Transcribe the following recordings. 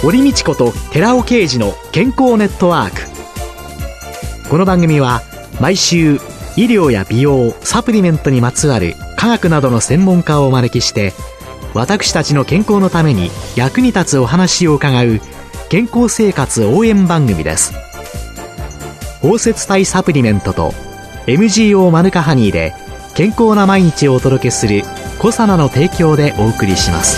堀道子と寺尾啓二の健康ネットワーク。この番組は毎週医療や美容、サプリメントにまつわる科学などの専門家をお招きして、私たちの健康のために役に立つお話を伺う健康生活応援番組です。包摂体サプリメントと MGO マヌカハニーで健康な毎日をお届けするコサナの提供でお送りします。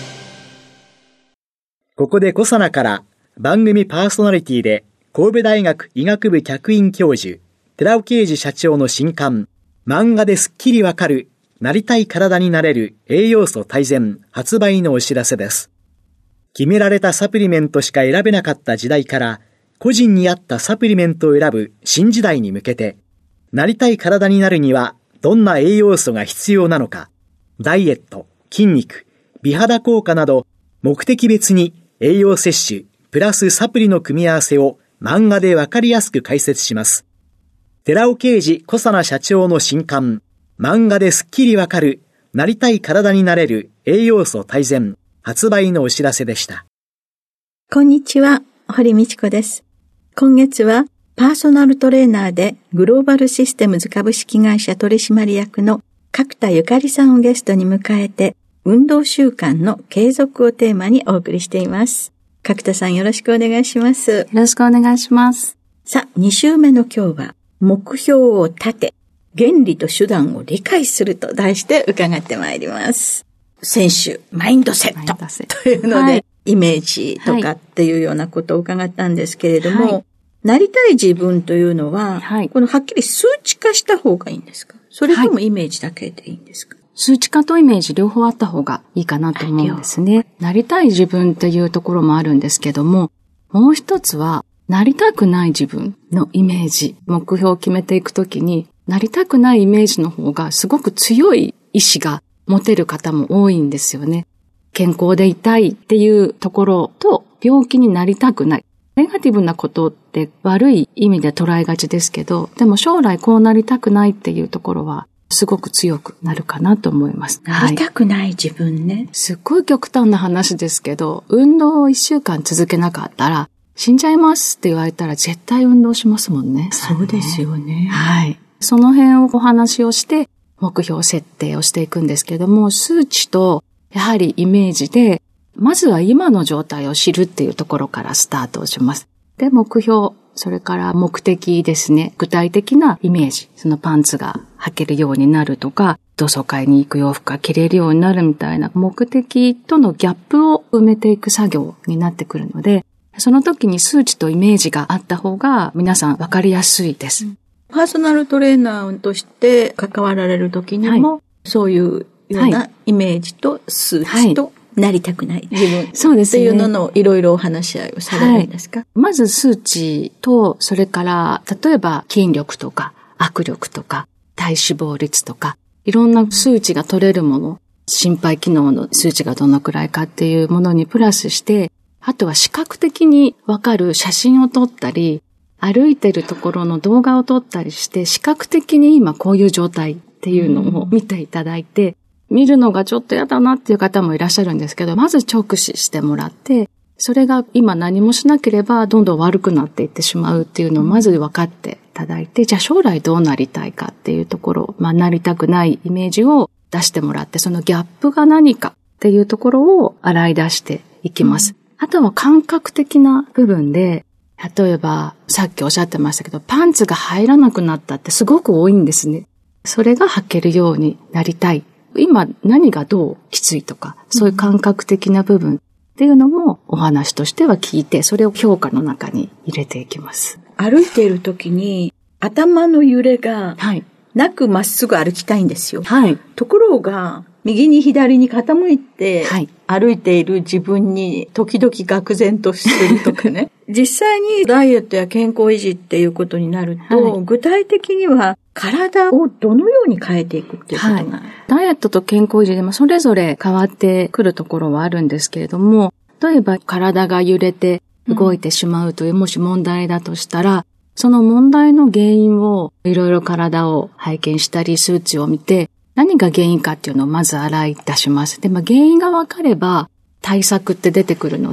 ここでコサナから番組パーソナリティで神戸大学医学部客員教授寺尾啓二社長の新刊、漫画ですっきりわかるなりたい体になれる栄養素大全発売のお知らせです。決められたサプリメントしか選べなかった時代から個人に合ったサプリメントを選ぶ新時代に向けて、なりたい体になるにはどんな栄養素が必要なのか、ダイエット、筋肉、美肌効果など目的別に栄養摂取プラスサプリの組み合わせを漫画でわかりやすく解説します。寺尾啓二小佐奈社長の新刊、漫画ですっきりわかるなりたい体になれる栄養素大全発売のお知らせでした。 こんにちは、堀道子です。今月はパーソナルトレーナーでグローバルシステムズ株式会社取締役の角田ゆかりさんをゲストに迎えて、運動習慣の継続をテーマにお送りしています。角田さん、よろしくお願いします。 よろしくお願いします。 さあ、2週目の今日は目標を立て、原理と手段を理解すると題して伺ってまいります。先週、マインドセットというので、はい、イメージとかっていうようなことを伺ったんですけれども、はい、なりたい自分というのは、はい、このはっきり数値化した方がいいんですか？それともイメージだけでいいんですか？ 数値化とイメージ両方あった方がいいかなと思うんですね。なりたい自分というところもあるんですけども、もう一つは、なりたくない自分のイメージ、目標を決めていくときに、なりたくないイメージの方がすごく強い意志が持てる方も多いんですよね。健康でいたいっていうところと、病気になりたくない。ネガティブなことって悪い意味で捉えがちですけど、でも将来こうなりたくないっていうところは、すごく強くなるかなと思います。 なりたくない自分ね。 すっごい極端な話ですけど、運動を1週間続けなかったら、死んじゃいますって言われたら絶対運動しますもんね。 そうですよね。 はい。その辺をお話をして、目標設定をしていくんですけども、数値とやはりイメージで、まずは今の状態を知るっていうところからスタートをします。で、目標、それから目的ですね。具体的なイメージ。そのパンツが履けるようになるとか、同窓会に行く洋服が着れるようになるみたいな目的とのギャップを埋めていく作業になってくるので、その時に数値とイメージがあった方が皆さん分かりやすいです。 パーソナルトレーナーとして関わられる時にも、はい、そういうようなイメージと数値と、はいなりたくない自分。そうですね。っていうののいろいろお話し合いをされるんですか？はい、 まず数値と、それから、例えば筋力とか、握力とか、体脂肪率とか、いろんな数値が取れるもの、心肺機能の数値がどのくらいかっていうものにプラスして、あとは視覚的にわかる写真を撮ったり、歩いてるところの動画を撮ったりして、視覚的に今こういう状態っていうのを見ていただいて、見るのがちょっと嫌だなっていう方もいらっしゃるんですけど、まず直視してもらって、それが今何もしなければどんどん悪くなっていってしまうっていうのをまず分かっていただいて、じゃあ将来どうなりたいかっていうところ、なりたくないイメージを出してもらって、そのギャップが何かっていうところを洗い出していきます。あとは感覚的な部分で、例えばさっきおっしゃってましたけど、パンツが入らなくなったってすごく多いんですね。それが履けるようになりたい。今何がどうきついとか、そういう感覚的な部分っていうのもお話としては聞いて、それを評価の中に入れていきます。 歩いている時に頭の揺れがなくまっすぐ歩きたいんですよ。はい。ところが、右に左に傾いて歩いている自分に時々愕然とするとかね。実際にダイエットや健康維持っていうことになると、具体的には体をどのように変えていくっていうことが、 ダイエットと健康維持でもそれぞれ変わってくるところはあるんですけれども、例えば体が揺れて動いてしまうというもし問題だとしたら、その問題の原因をいろいろ体を拝見したり数値を見て、何が原因かっていうのをまず洗い出します。で、原因が分かれば対策って出てくるので、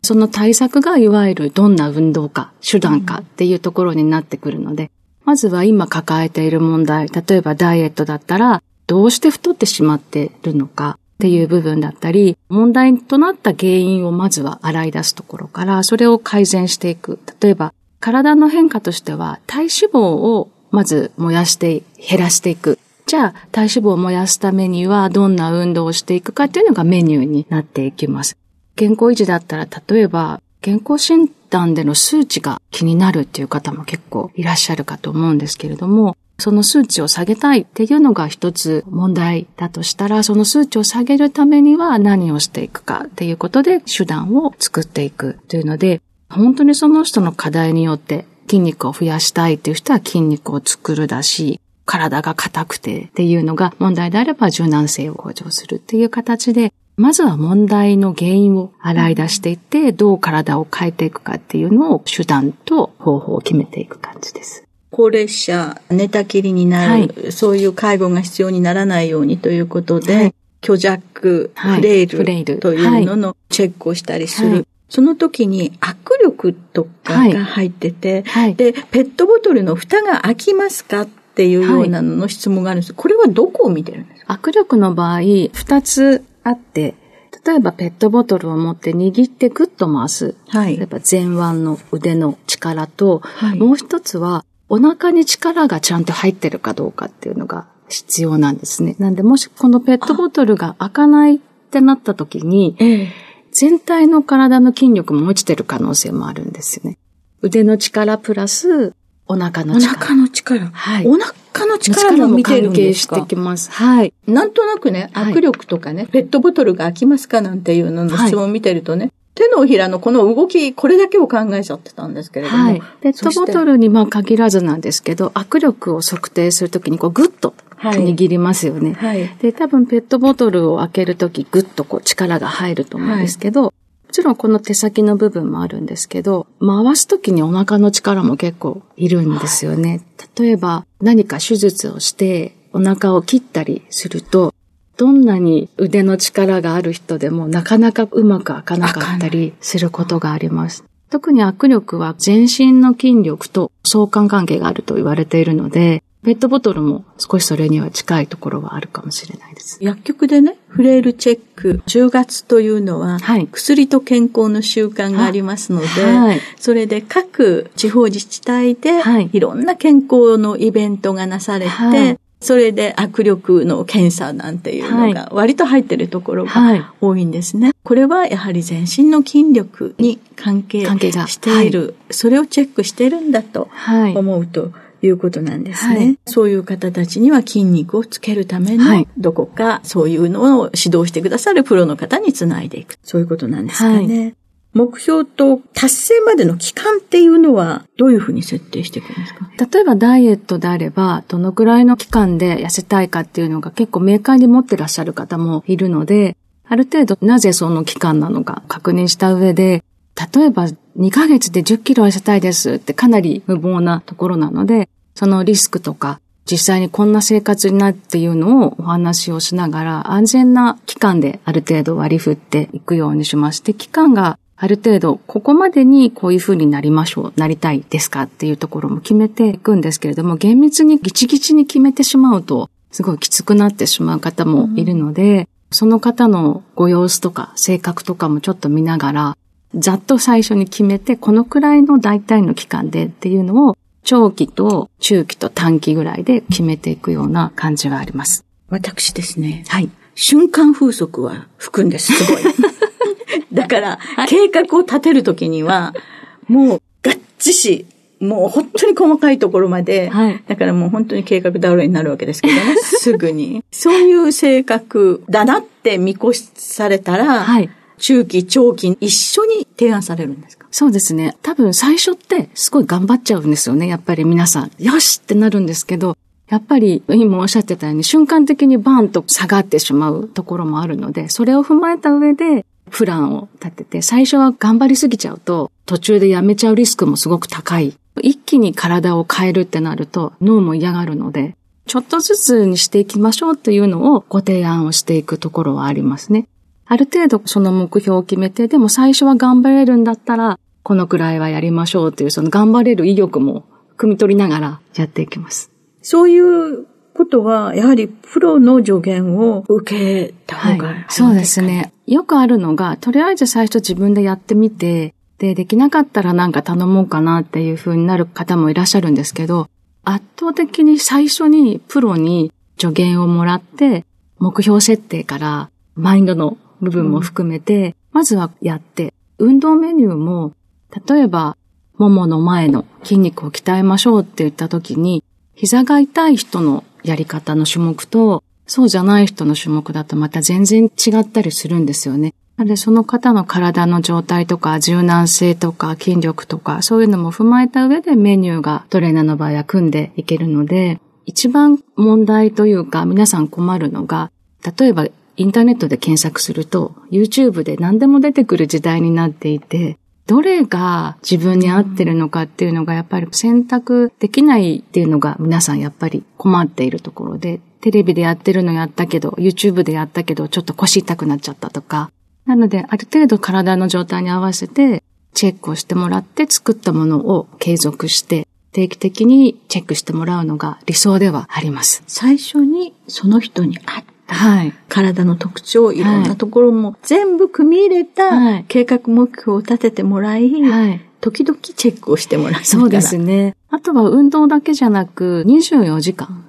その対策がいわゆるどんな運動か、手段かっていうところになってくるので、まずは今抱えている問題、例えばダイエットだったら、どうして太ってしまっているのかっていう部分だったり、問題となった原因をまずは洗い出すところから、それを改善していく。例えば、体の変化としては、体脂肪をまず燃やして減らしていく。じゃあ、体脂肪を燃やすためにはどんな運動をしていくかっていうのがメニューになっていきます。健康維持だったら、例えば、健康診断での数値が気になるっていう方も結構いらっしゃるかと思うんですけれども、その数値を下げたいっていうのが一つ問題だとしたら、その数値を下げるためには何をしていくかっていうことで手段を作っていくというので、本当にその人の課題によって筋肉を増やしたいっていう人は筋肉を作るだし、体が硬くてっていうのが問題であれば柔軟性を向上するっていう形で、まずは問題の原因を洗い出していって、どう体を変えていくかっていうのを手段と方法を決めていく感じです。 高齢者、寝たきりになる、そういう介護が必要にならないようにということで、虚弱、フレイルというののチェックをしたりする。その時に握力とかが入ってて、で、ペットボトルの蓋が開きますかっていうようなのの質問があるんです。これはどこを見てるんですか？ 握力の場合、2つあって、例えばペットボトルを持って握ってグッと回す。例えば前腕の腕の力と、もう一つはお腹に力がちゃんと入ってるかどうかっていうのが必要なんですね。なんでもしこのペットボトルが開かないってなった時に、全体の体の筋力も落ちてる可能性もあるんですよね。腕の力プラスお腹の力。 お腹の力。お腹の力も見てるんですか？ 関係してきます。はい。 なんとなくね、握力とかね、ペットボトルが開きますかなんていうのの質問を見てるとね、手のひらのこの動き、これだけを考えちゃってたんですけれども。 ペットボトルに限らずなんですけど、握力を測定するときにこうグッと握りますよね。で、多分ペットボトルを開けるときグッとこう力が入ると思うんですけど、もちろんこの手先の部分もあるんですけど、回すときにお腹の力も結構いるんですよね。例えば何か手術をしてお腹を切ったりすると、どんなに腕の力がある人でもなかなかうまく開かなかったりすることがあります。特に握力は全身の筋力と相関関係があると言われているので、ペットボトルも少しそれには近いところはあるかもしれないです。 薬局でね、フレイルチェック、10月というのは、薬と健康の習慣がありますので、それで各地方自治体でいろんな健康のイベントがなされて、それで握力の検査なんていうのが割と入ってるところが多いんですね。これはやはり全身の筋力に関係している、それをチェックしてるんだと思うということなんですね。そういう方たちには筋肉をつけるためのどこかそういうのを指導してくださるプロの方につないでいく。そういうことなんですかね。目標と達成までの期間っていうのはどういうふうに設定していくんですか？ 例えばダイエットであれば、どのくらいの期間で痩せたいかっていうのが結構明快に持ってらっしゃる方もいるので、ある程度なぜその期間なのか確認した上で、例えば2ヶ月で10キロ痩せたいですってかなり無謀なところなので、そのリスクとか実際にこんな生活になるっていうのをお話をしながら、安全な期間である程度割り振っていくようにしまして、期間がある程度ここまでにこういう風になりましょう、なりたいですかっていうところも決めていくんですけれども、厳密にギチギチに決めてしまうとすごいきつくなってしまう方もいるので、その方のご様子とか性格とかもちょっと見ながら、ざっと最初に決めてこのくらいの大体の期間でっていうのを長期と中期と短期ぐらいで決めていくような感じがあります。 私ですね。瞬間風速は吹くんです、すごい。だから、計画を立てるときには、もう、がっちし、もう本当に細かいところまで、だからもう本当に計画倒れになるわけですけどね、すぐに。そういう性格だなって見越されたら、中期、長期、一緒に提案されるんですか？ そうですね。多分最初ってすごい頑張っちゃうんですよね。やっぱり皆さん、よしってなるんですけど、やっぱり今おっしゃってたように瞬間的にバーンと下がってしまうところもあるので、それを踏まえた上でプランを立てて、最初は頑張りすぎちゃうと途中でやめちゃうリスクもすごく高い。一気に体を変えるってなると脳も嫌がるので、ちょっとずつにしていきましょうっていうのをご提案をしていくところはありますね。 ある程度その目標を決めて、でも最初は頑張れるんだったら、このくらいはやりましょうという、その頑張れる意欲も汲み取りながらやっていきます。 そういうことは、やはりプロの助言を受けた方がいいですか？ そうですね。よくあるのが、とりあえず最初自分でやってみて、できなかったらなんか頼もうかなっていう風になる方もいらっしゃるんですけど、圧倒的に最初にプロに助言をもらって、目標設定からマインドの部分も含めて、まずはやって、運動メニューも、例えば、ももの前の筋肉を鍛えましょうって言った時に、膝が痛い人のやり方の種目と、そうじゃない人の種目だとまた全然違ったりするんですよね。なのでその方の体の状態とか柔軟性とか筋力とかそういうのも踏まえた上でメニューがトレーナーの場合は組んでいけるので、一番問題というか皆さん困るのが、例えばインターネットで検索すると YouTube で何でも出てくる時代になっていて、どれが自分に合ってるのかっていうのがやっぱり選択できないっていうのが皆さんやっぱり困っているところで、テレビでやってるのやったけど YouTube でやったけどちょっと腰痛くなっちゃったとか、なのである程度体の状態に合わせてチェックをしてもらって作ったものを継続して定期的にチェックしてもらうのが理想ではあります。 最初にその人に合った体の特徴、いろんなところも全部組み入れた計画目標を立ててもらい、時々チェックをしてもらいそうですね。あとは運動だけじゃなく24時間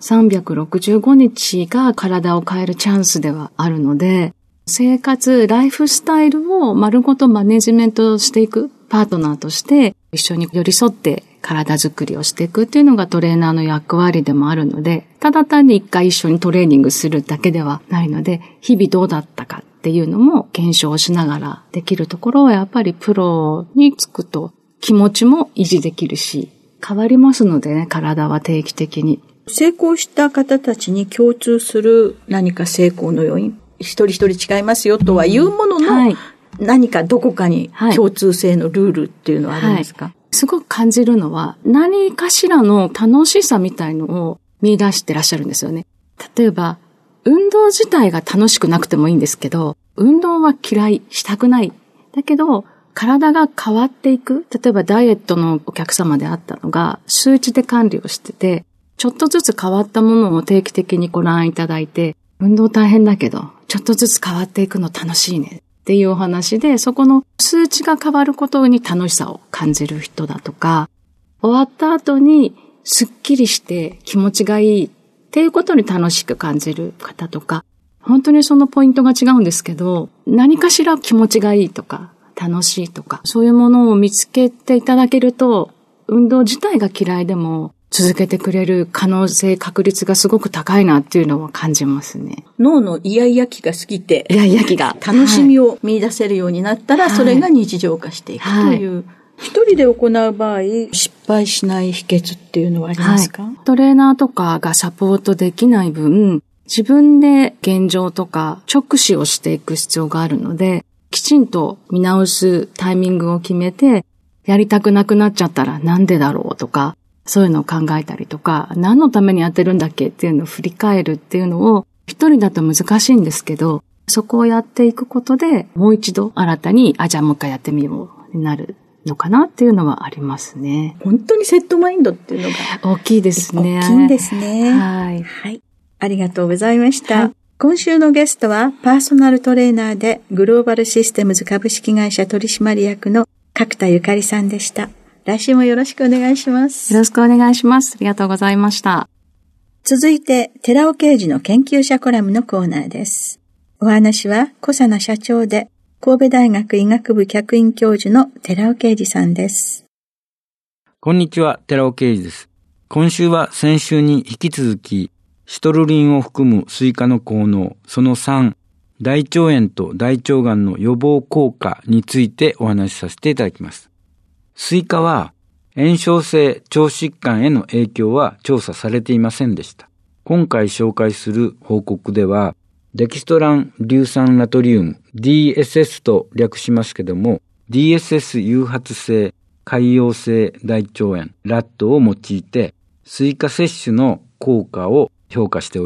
365日が体を変えるチャンスではあるので、生活、ライフスタイルを丸ごとマネジメントしていくパートナーとして一緒に寄り添って体作りをしていくっていうのがトレーナーの役割でもあるので、ただ単に一回一緒にトレーニングするだけではないので、日々どうだったかっていうのも検証しながらできるところはやっぱりプロにつくと気持ちも維持できるし、変わりますのでね、体は定期的に。 成功した方たちに共通する何か成功の要因、一人一人違いますよとは言うものの、何かどこかに共通性のルールっていうのはあるんですか？ すごく感じるのは、何かしらの楽しさみたいのを見出してらっしゃるんですよね。例えば、運動自体が楽しくなくてもいいんですけど、運動は嫌い、したくない。だけど、体が変わっていく。例えばダイエットのお客様であったのが、数値で管理をしてて、ちょっとずつ変わったものを定期的にご覧いただいて、運動大変だけど、ちょっとずつ変わっていくの楽しいねっていうお話で、そこの数値が変わることに楽しさを感じる人だとか、終わった後にスッキリして気持ちがいいっていうことに楽しく感じる方とか、本当にそのポイントが違うんですけど、何かしら気持ちがいいとか、楽しいとか、そういうものを見つけていただけると、運動自体が嫌いでも続けてくれる可能性、確率がすごく高いなっていうのを感じますね。 脳のイヤイヤ期が過ぎて、 イヤイヤ期が楽しみを見出せるようになったら、それが日常化していくという。一人で行う場合、失敗しない秘訣っていうのはありますか？ トレーナーとかがサポートできない分、自分で現状とか直視をしていく必要があるので、きちんと見直すタイミングを決めて、やりたくなくなっちゃったらなんでだろうとか、そういうのを考えたりとか、何のためにやってるんだっけっていうのを振り返るっていうのを、一人だと難しいんですけど、そこをやっていくことで、もう一度新たに、じゃあもう一回やってみようになるのかなっていうのはありますね。 本当にセットマインドっていうのが大きいですね。 大きいんですね。 はい。 はい。ありがとうございました。今週のゲストは、パーソナルトレーナーで、グローバルシステムズ株式会社取締役の角田ゆかりさんでした。来週もよろしくお願いします。 よろしくお願いします。ありがとうございました。 続いて、寺尾啓二の研究者コラムのコーナーです。お話は、小佐奈社長で、神戸大学医学部客員教授の寺尾啓二さんです。 こんにちは、寺尾啓二です。今週は先週に引き続き、シトルリンを含むスイカの効能、その3、大腸炎と大腸がんの予防効果についてお話しさせていただきます。スイカは炎症性腸疾患への影響は調査されていませんでした。今回紹介する報告では、デキストラン硫酸ナトリウム DSS と略しますけども、DSS 誘発性潰瘍性大腸炎 RAT を用いてスイカ摂取の効果を評価しており、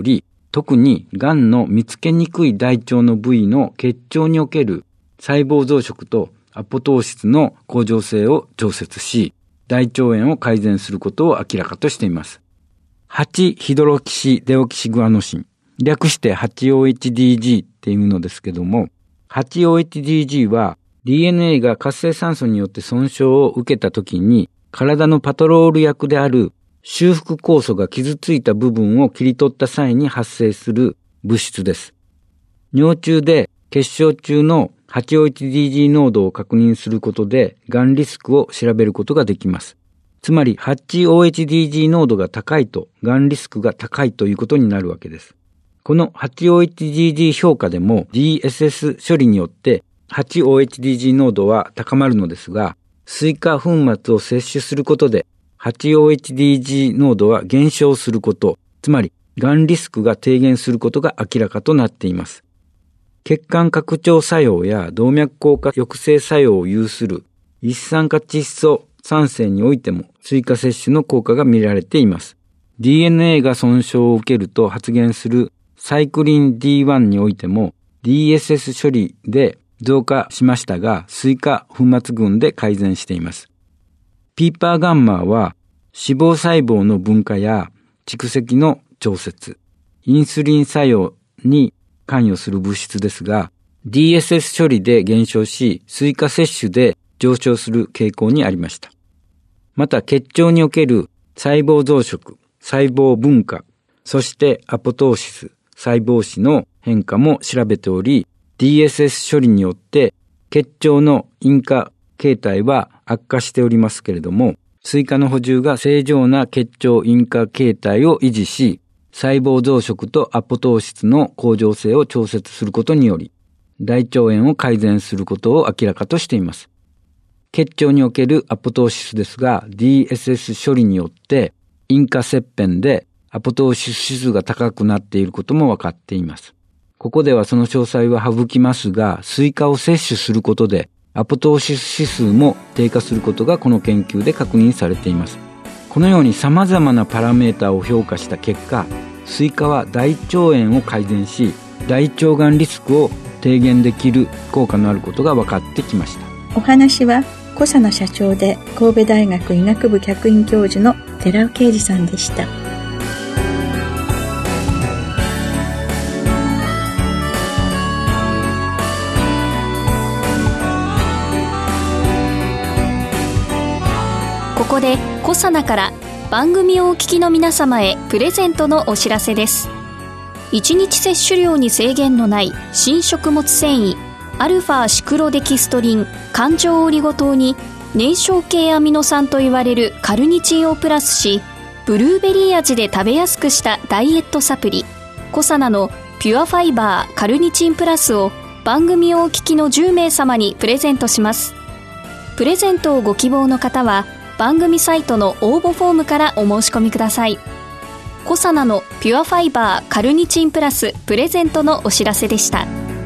特に癌の見つけにくい大腸の部位の結腸における細胞増殖とアポトーシスの恒常性を調節し、大腸炎を改善することを明らかとしています。8ヒドロキシデオキシグアノシン、略して 8OHDG っていうのですけども、8OHDG は DNA が活性酸素によって損傷を受けたときに、体のパトロール役である修復酵素が傷ついた部分を切り取った際に発生する物質です。尿中で血小中の 8OHDG 濃度を確認することで、がんリスクを調べることができます。つまり 8OHDG 濃度が高いと、がんリスクが高いということになるわけです。この 8OHDG 評価でも DSS 処理によって 8OHDG 濃度は高まるのですが、スイカ粉末を摂取することで 8OHDG 濃度は減少すること、つまりがんリスクが低減することが明らかとなっています。血管拡張作用や動脈硬化抑制作用を有する一酸化窒素酸性においても追加摂取の効果が見られています。DNA が損傷を受けると発現するサイクリン D1 においても DSS 処理で増加しましたが、スイカ粉末群で改善しています。ピーパーガンマは脂肪細胞の分化や蓄積の調節、インスリン作用に関与する物質ですが、DSS 処理で減少し、スイカ摂取で上昇する傾向にありました。また血腸における細胞増殖、細胞分化、そしてアポトーシス、細胞死の変化も調べており、DSS 処理によって血腸の引火形態は悪化しておりますけれども、スイカの補充が正常な血腸引火形態を維持し、細胞増殖とアポトーシスの恒常性を調節することにより、大腸炎を改善することを明らかとしています。血腸におけるアポトーシスですが、DSS 処理によって引火切片でアポトーシス指数が高くなっていることも分かっています。ここではその詳細は省きますが、スイカを摂取することでアポトーシス指数も低下することがこの研究で確認されています。このように様々なパラメータを評価した結果、スイカは大腸炎を改善し、大腸がんリスクを低減できる効果のあることが分かってきました。 お話は小佐野社長で神戸大学医学部客員教授の寺尾啓二さんでした。 ここでコサナから番組をお聞きの皆様へプレゼントのお知らせです。1日摂取量に制限のない新食物繊維アルファシクロデキストリン環状オリゴ糖に燃焼系アミノ酸といわれるカルニチンをプラスし、ブルーベリー味で食べやすくしたダイエットサプリコサナのピュアファイバーカルニチンプラスを番組をお聞きの10名様にプレゼントします。プレゼントをご希望の方は番組サイトの応募フォームからお申し込みください。コサナのピュアファイバーカルニチンプラスプレゼントのお知らせでした。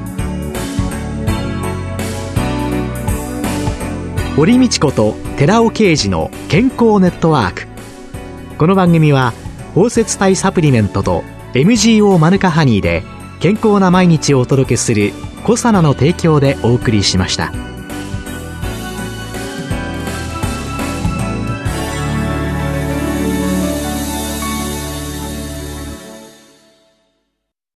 堀道子と寺尾啓二の健康ネットワーク。この番組は包摂体サプリメントと MGO マヌカハニーで健康な毎日をお届けするコサナの提供でお送りしました。